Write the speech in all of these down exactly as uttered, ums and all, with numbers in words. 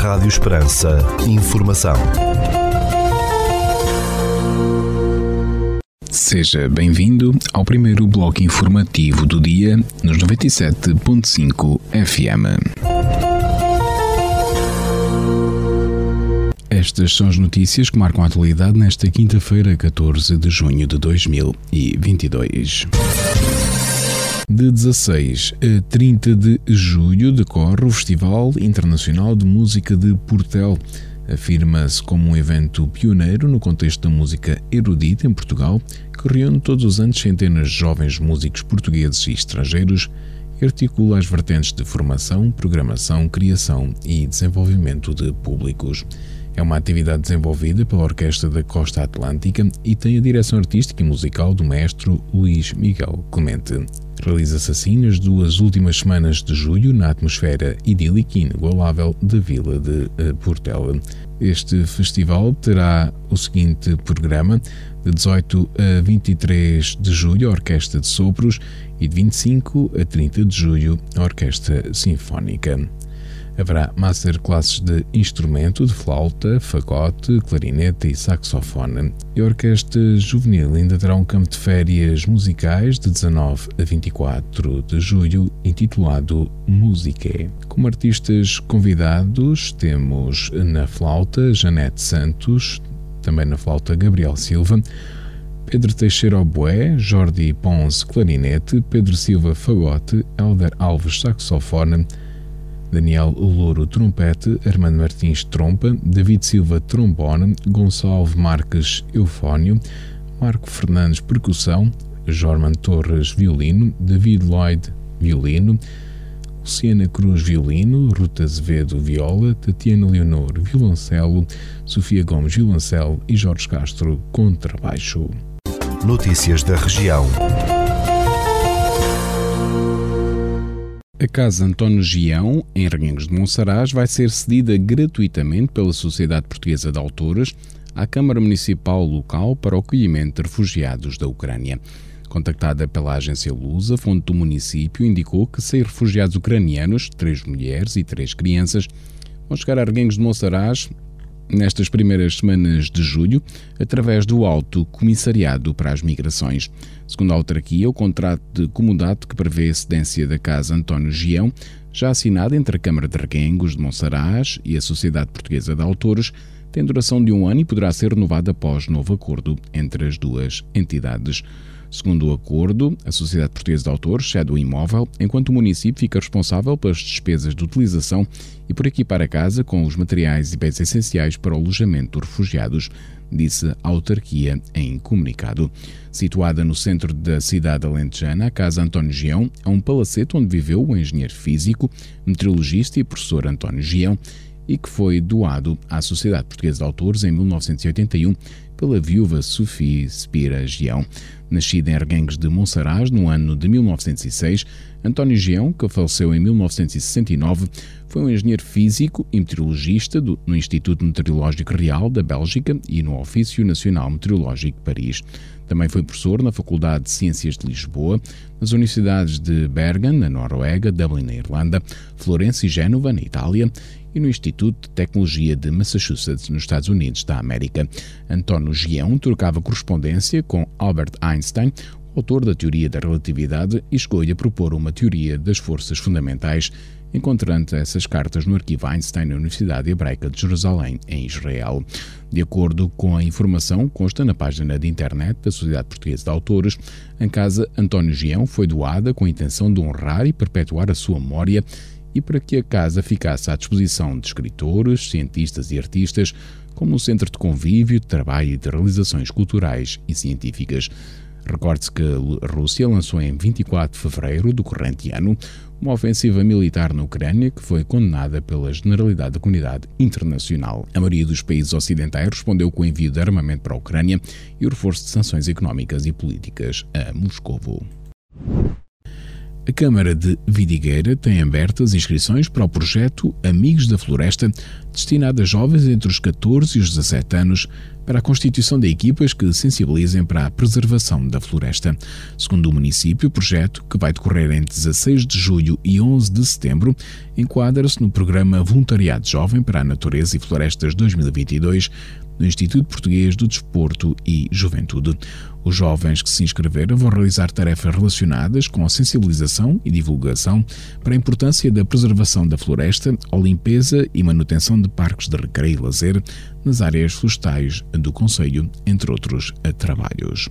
Rádio Esperança. Informação. Seja bem-vindo ao primeiro bloco informativo do dia nos noventa e sete ponto cinco F M. Estas são as notícias que marcam a atualidade nesta quinta-feira, catorze de junho de dois mil e vinte e dois. De dezasseis a trinta de julho decorre o Festival Internacional de Música de Portel. Afirma-se como um evento pioneiro no contexto da música erudita em Portugal, que reúne todos os anos centenas de jovens músicos portugueses e estrangeiros e articula as vertentes de formação, programação, criação e desenvolvimento de públicos. É uma atividade desenvolvida pela Orquestra da Costa Atlântica e tem a direção artística e musical do maestro Luís Miguel Clemente. Realiza-se assim nas duas últimas semanas de julho na atmosfera idílica e inigualável da vila de Portela. Este festival terá o seguinte programa: de dezoito a vinte e três de julho a Orquestra de Sopros e de vinte e cinco a trinta de julho a Orquestra Sinfónica. Haverá masterclasses de instrumento, de flauta, fagote, clarinete e saxofone. E a Orquestra Juvenil ainda terá um campo de férias musicais de dezanove a vinte e quatro de julho, intitulado Musique. Como artistas convidados temos na flauta Janete Santos, também na flauta Gabriel Silva, Pedro Teixeira oboé, Jordi Pons clarinete, Pedro Silva fagote, Hélder Alves saxofone, Daniel Louro trompete, Armando Martins trompa, David Silva trombone, Gonçalves Marques eufónio, Marco Fernandes percussão, Jorman Torres violino, David Lloyd violino, Luciana Cruz violino, Ruta Azevedo viola, Tatiana Leonor violoncelo, Sofia Gomes violoncelo e Jorge Castro contrabaixo. Notícias da região. A Casa António Gião, em Reguengos de Monsaraz, vai ser cedida gratuitamente pela Sociedade Portuguesa de Autores à Câmara Municipal local para o acolhimento de refugiados da Ucrânia. Contactada pela agência Lusa, a fonte do município indicou que seis refugiados ucranianos, três mulheres e três crianças, vão chegar a Reguengos de Monsaraz nestas primeiras semanas de julho, através do Alto Comissariado para as Migrações. Segundo a autarquia, o contrato de comodato que prevê a cedência da Casa António Gião, já assinado entre a Câmara de Reguengos de Monsaraz e a Sociedade Portuguesa de Autores, tem duração de um ano e poderá ser renovado após novo acordo entre as duas entidades. Segundo o acordo, a Sociedade Portuguesa de Autores cede o imóvel, enquanto o município fica responsável pelas despesas de utilização e por equipar a casa com os materiais e bens essenciais para o alojamento dos refugiados, disse a autarquia em comunicado. Situada no centro da cidade alentejana, a Casa António Gião é um palacete onde viveu o engenheiro físico, meteorologista e professor António Gião e que foi doado à Sociedade Portuguesa de Autores em mil novecentos e oitenta e um pela viúva Sofia Spira Gião. Nascida em Reguengos de Monsaraz no ano de mil novecentos e seis, António Gião, que faleceu em mil novecentos e sessenta e nove, foi um engenheiro físico e meteorologista do, no Instituto Meteorológico Real da Bélgica e no Ofício Nacional Meteorológico de Paris. Também foi professor na Faculdade de Ciências de Lisboa, nas universidades de Bergen, na Noruega, Dublin, na Irlanda, Florença e Génova, na Itália, e no Instituto de Tecnologia de Massachusetts, nos Estados Unidos da América. António Gião trocava correspondência com Albert Einstein, o autor da teoria da relatividade, e chegou-lhe a propor uma teoria das forças fundamentais, encontrando essas cartas no arquivo Einstein na Universidade Hebraica de Jerusalém, em Israel. De acordo com a informação consta na página de internet da Sociedade Portuguesa de Autores, a Casa António Gião foi doada com a intenção de honrar e perpetuar a sua memória e para que a casa ficasse à disposição de escritores, cientistas e artistas, como um centro de convívio, de trabalho e de realizações culturais e científicas. Recorde-se que a Rússia lançou em vinte e quatro de fevereiro do corrente ano uma ofensiva militar na Ucrânia que foi condenada pela generalidade da comunidade internacional. A maioria dos países ocidentais respondeu com o envio de armamento para a Ucrânia e o reforço de sanções económicas e políticas a Moscovo. A Câmara de Vidigueira tem abertas inscrições para o projeto Amigos da Floresta, destinado a jovens entre os catorze e os dezassete anos, para a constituição de equipas que sensibilizem para a preservação da floresta. Segundo o município, o projeto, que vai decorrer entre dezasseis de julho e onze de setembro, enquadra-se no programa Voluntariado Jovem para a Natureza e Florestas dois mil e vinte e dois, do Instituto Português do Desporto e Juventude. Os jovens que se inscreveram vão realizar tarefas relacionadas com a sensibilização e divulgação para a importância da preservação da floresta, a limpeza e manutenção de parques de recreio e lazer nas áreas florestais do concelho, entre outros trabalhos.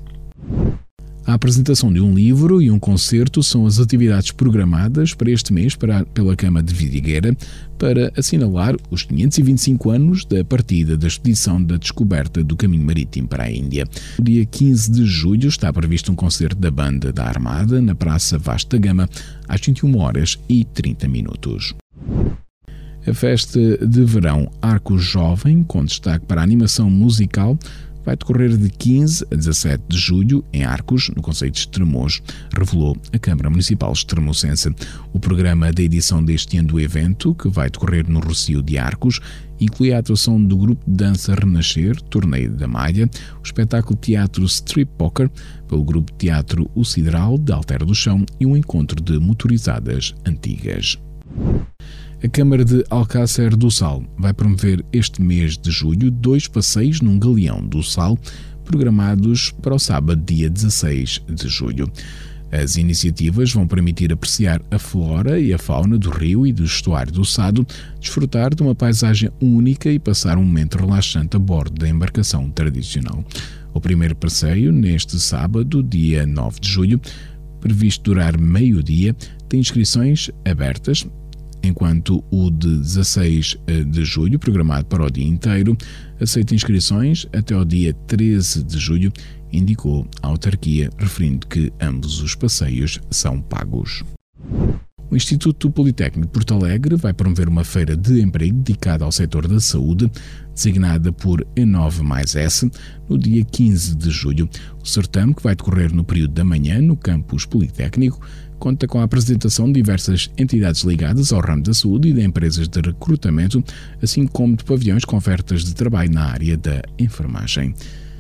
A apresentação de um livro e um concerto são as atividades programadas para este mês para, pela Câmara de Vidigueira para assinalar os quinhentos e vinte e cinco anos da partida da expedição da descoberta do caminho marítimo para a Índia. No dia quinze de julho está previsto um concerto da Banda da Armada na Praça Vasta Gama às vinte e uma horas e trinta minutos. A festa de verão Arcos Jovem, com destaque para a animação musical, vai decorrer de quinze a dezassete de julho em Arcos, no concelho de Estremoz, revelou a Câmara Municipal Estremocense. O programa da edição deste ano do evento, que vai decorrer no Rocio de Arcos, inclui a atuação do grupo de dança Renascer, Torneio da Malha, o espetáculo Teatro Strip Poker, pelo grupo de teatro O Sideral, de Altera do Chão, e um encontro de motorizadas antigas. A Câmara de Alcácer do Sal vai promover este mês de julho dois passeios num galeão do Sal, programados para o sábado, dia dezasseis de julho. As iniciativas vão permitir apreciar a flora e a fauna do rio e do estuário do Sado, desfrutar de uma paisagem única e passar um momento relaxante a bordo da embarcação tradicional. O primeiro passeio, neste sábado, dia nove de julho, previsto durar meio-dia, tem inscrições abertas, enquanto o de dezasseis de julho, programado para o dia inteiro, aceita inscrições até ao dia treze de julho, indicou a autarquia, referindo que ambos os passeios são pagos. O Instituto Politécnico de Porto Alegre vai promover uma feira de emprego dedicada ao setor da saúde, designada por E nove mais S, no dia quinze de julho. O certame, que vai decorrer no período da manhã no campus Politécnico, conta com a apresentação de diversas entidades ligadas ao ramo da saúde e de empresas de recrutamento, assim como de pavilhões com ofertas de trabalho na área da enfermagem.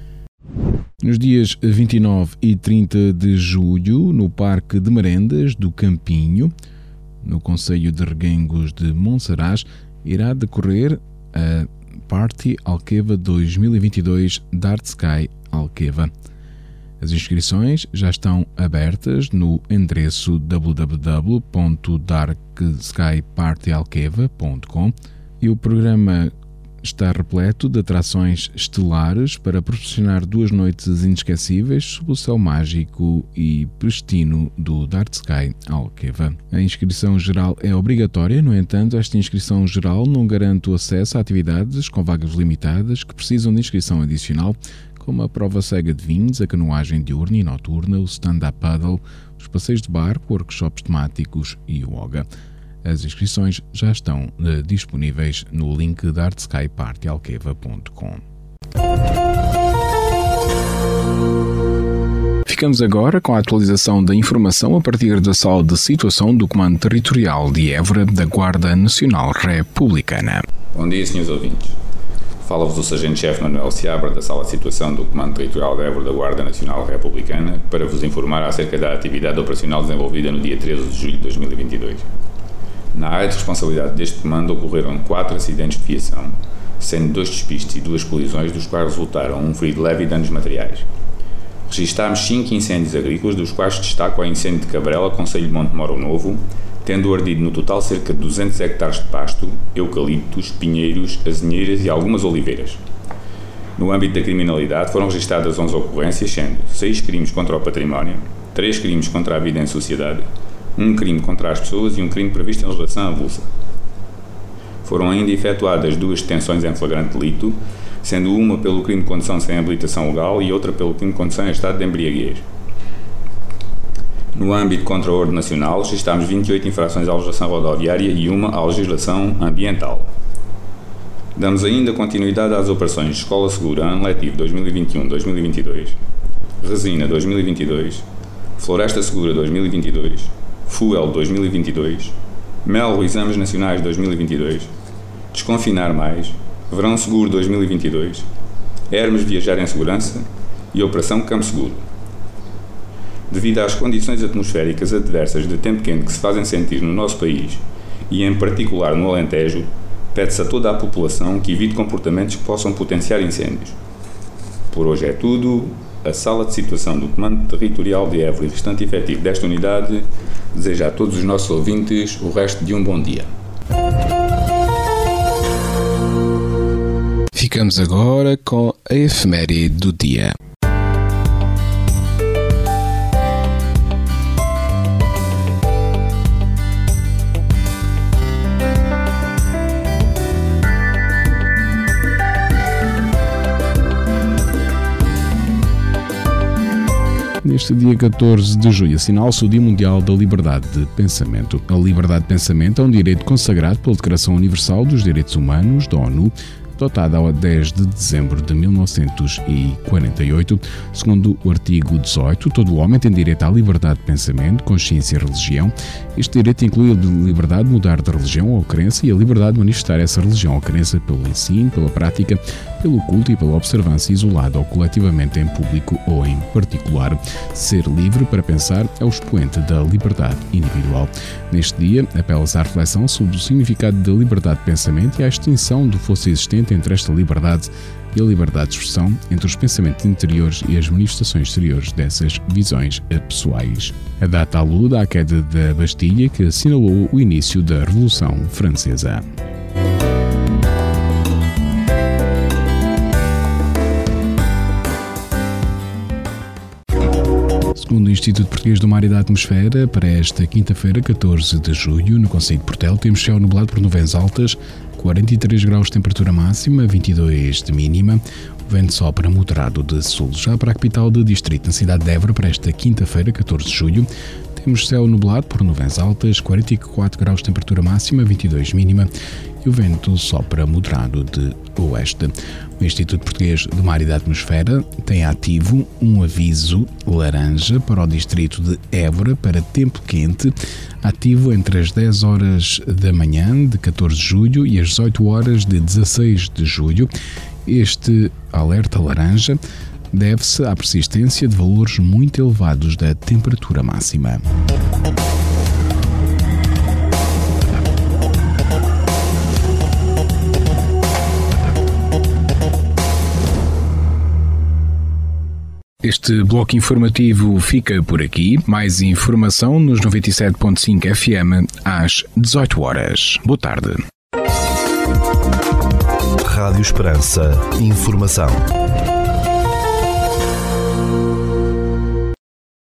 Nos dias vinte e nove e trinta de julho, no Parque de Merendas do Campinho, no concelho de Reguengos de Monsaraz, irá decorrer a Party Alqueva dois mil e vinte e dois Dark Sky Alqueva. As inscrições já estão abertas no endereço w w w ponto dark sky party alqueva ponto com e o programa está repleto de atrações estelares para proporcionar duas noites inesquecíveis sob o céu mágico e pristino do Dark Sky Alqueva. A inscrição geral é obrigatória, no entanto, esta inscrição geral não garante o acesso a atividades com vagas limitadas que precisam de inscrição adicional, como a prova cega de vinhos, a canoagem diurna e noturna, o stand-up paddle, os passeios de barco, workshops temáticos e o yoga. As inscrições já estão uh, disponíveis no link da dark sky party alqueva ponto com. Ficamos agora com a atualização da informação a partir da sala de situação do Comando Territorial de Évora da Guarda Nacional Republicana. Bom dia, senhores ouvintes. Fala-vos o Sargento-Chefe Manuel Seabra da Sala de Situação do Comando Territorial de Évora da Guarda Nacional Republicana para vos informar acerca da atividade operacional desenvolvida no dia treze de julho de dois mil e vinte e dois. Na área de responsabilidade deste comando ocorreram quatro acidentes de viação, sendo dois despistes e duas colisões, dos quais resultaram um ferido leve e danos materiais. Registámos cinco incêndios agrícolas, dos quais destaco o incêndio de Cabrela, concelho de Montemoro Novo, tendo ardido no total cerca de duzentos hectares de pasto, eucaliptos, pinheiros, azinheiras e algumas oliveiras. No âmbito da criminalidade foram registradas onze ocorrências, sendo seis crimes contra o património, três crimes contra a vida em sociedade, um crime contra as pessoas e um crime previsto em legislação avulsa. Foram ainda efetuadas duas detenções em flagrante delito, sendo uma pelo crime de condução sem habilitação legal e outra pelo crime de condução em estado de embriaguez. No âmbito contra a ordem nacional, registámos vinte e oito infrações à legislação rodoviária e uma à legislação ambiental. Damos ainda continuidade às operações de Escola Segura, ano letivo dois mil e vinte e um a dois mil e vinte e dois, Resina dois mil e vinte e dois, Floresta Segura dois mil e vinte e dois, Fuel dois mil e vinte e dois, Mel Exames Nacionais dois mil e vinte e dois, Desconfinar Mais, Verão Seguro dois mil e vinte e dois, Hermes Viajar em Segurança e Operação Campo Seguro. Devido às condições atmosféricas adversas de tempo quente que se fazem sentir no nosso país e em particular no Alentejo, pede-se a toda a população que evite comportamentos que possam potenciar incêndios. Por hoje é tudo. A Sala de Situação do Comando Territorial de Évora e restante efetivo desta unidade deseja a todos os nossos ouvintes o resto de um bom dia. Ficamos agora com a efeméride do dia. Neste dia catorze de julho assinala-se o Dia Mundial da Liberdade de Pensamento. A liberdade de pensamento é um direito consagrado pela Declaração Universal dos Direitos Humanos da ONU, adotada a dez de dezembro de mil novecentos e quarenta e oito. Segundo o artigo dezoito, todo homem tem direito à liberdade de pensamento, consciência e religião. Este direito inclui a liberdade de mudar de religião ou crença e a liberdade de manifestar essa religião ou crença pelo ensino, pela prática, pelo culto e pela observância isolada ou coletivamente em público ou em particular. Ser livre para pensar é o expoente da liberdade individual. Neste dia, apela-se à reflexão sobre o significado da liberdade de pensamento e à extinção do fosso existente entre esta liberdade e a liberdade de expressão, entre os pensamentos interiores e as manifestações exteriores dessas visões pessoais. A data alude à queda da Bastilha, que assinalou o início da Revolução Francesa. Segundo o Instituto Português do Mar e da Atmosfera, para esta quinta-feira, catorze de julho, no concelho de Portel, temos céu nublado por nuvens altas, quarenta e três graus de temperatura máxima, vinte e dois de mínima. O vento sopra moderado de sul. Já para a capital do distrito, na cidade de Évora, para esta quinta-feira, catorze de julho, temos céu nublado por nuvens altas, quarenta e quatro graus de temperatura máxima, vinte e dois mínima. E o vento sopra moderado de oeste. O Instituto Português do Mar e da Atmosfera tem ativo um aviso laranja para o distrito de Évora para tempo quente, ativo entre as dez horas da manhã de catorze de julho e as dezoito horas de dezasseis de julho. Este alerta laranja deve-se à persistência de valores muito elevados da temperatura máxima. Este bloco informativo fica por aqui. Mais informação nos noventa e sete ponto cinco F M às dezoito horas. Boa tarde. Rádio Esperança. Informação.